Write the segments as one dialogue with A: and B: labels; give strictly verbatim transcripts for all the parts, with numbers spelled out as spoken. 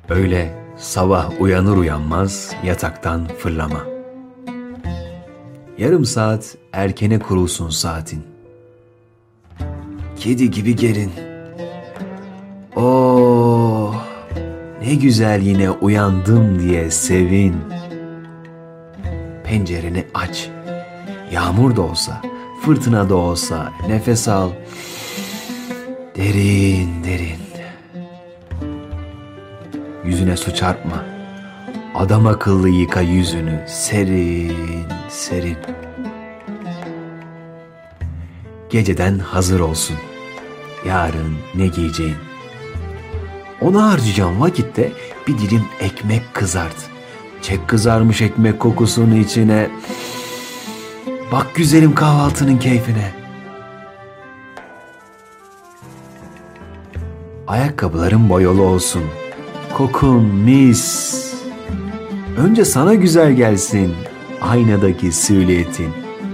A: Öyle sabah uyanır uyanmaz yataktan fırlama. Yarım saat erkene kurulsun saatin. Kedi gibi gerin. Oh, ne güzel yine uyandım diye sevin. Pencereni aç. Yağmur da olsa, fırtına da olsa nefes al. Derin derin. Yüzüne su çarpma. Adam akıllı yıka yüzünü. Serin serin. Geceden hazır olsun. Yarın ne giyeceğin. Ona harcayacağın vakitte bir dilim ekmek kızart. Çek kızarmış ekmek kokusunu içine. Bak güzelim kahvaltının keyfine. Ayakkabıların boyalı olsun. Kokun mis. Önce sana güzel gelsin aynadaki silüetin.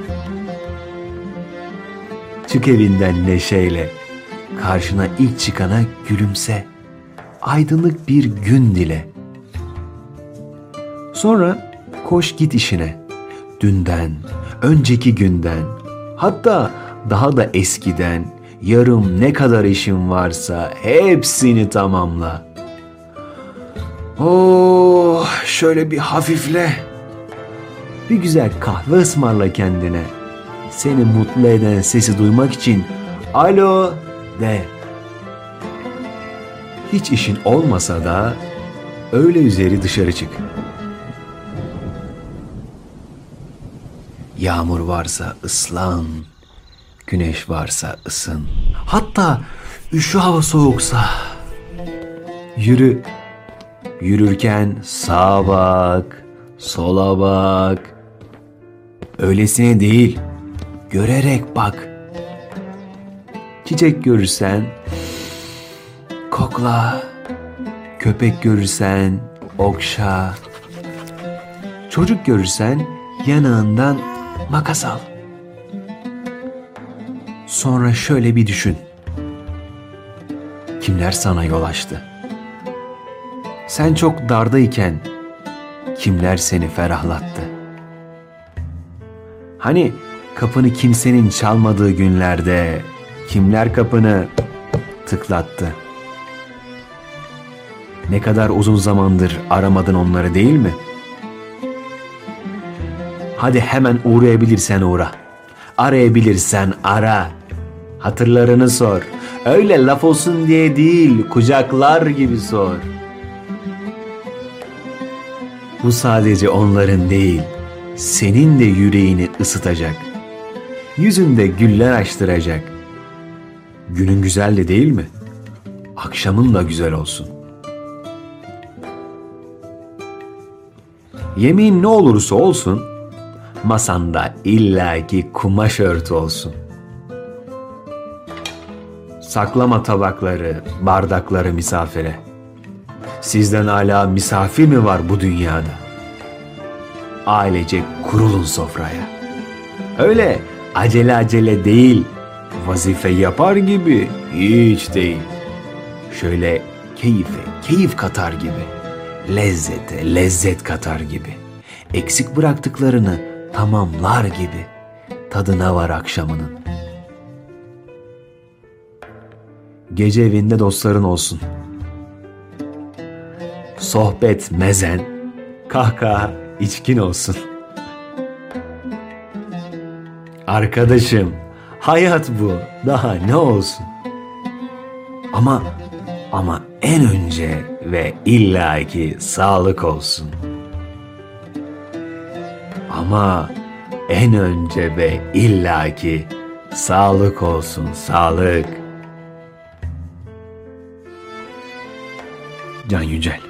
A: Çık evinden neşeyle. Karşına ilk çıkana gülümse. Aydınlık bir gün dile. Sonra koş git işine. Dünden, önceki günden, hatta daha da eskiden yarım ne kadar işin varsa hepsini tamamla. Oh, şöyle bir hafifle. Bir güzel kahve ısmarla kendine. Seni mutlu eden sesi duymak için alo de. Hiç işin olmasa da öğle üzeri dışarı çık. Yağmur varsa ıslan, güneş varsa ısın. Hatta üşü hava soğuksa yürü. Yürürken sağa bak, sola bak. Öylesine değil, görerek bak. Çiçek görürsen kokla. Köpek görürsen okşa. Çocuk görürsen yanağından makas al. Sonra şöyle bir düşün. Kimler sana yol açtı? Sen çok dardayken kimler seni ferahlattı? Hani kapını kimsenin çalmadığı günlerde kimler kapını tıklattı? Ne kadar uzun zamandır aramadın onları değil mi? Hadi hemen uğrayabilirsen uğra. Arayabilirsen ara. Hatırlarını sor. Öyle laf olsun diye değil, kucaklar gibi sor. Bu sadece onların değil, senin de yüreğini ısıtacak. Yüzünde güller açtıracak. Günün güzel de değil mi? Akşamın da güzel olsun. Yemeğin ne olursa olsun, masanda illaki kumaş örtü olsun. Saklama tabakları, bardakları misafire. Sizden hala misafir mi var bu dünyada? Ailece kurulun sofraya. Öyle acele acele değil, vazife yapar gibi hiç değil. Şöyle keyfe keyif katar gibi, lezzete lezzet katar gibi, eksik bıraktıklarını tamamlar gibi tadına var akşamının. Gece evinde dostların olsun. Sohbet mezen, kahkaha içkin olsun. Arkadaşım, hayat bu, daha ne olsun? Ama ama en önce ve illaki sağlık olsun. Ama en önce ve illaki sağlık olsun, sağlık. Can Yücel.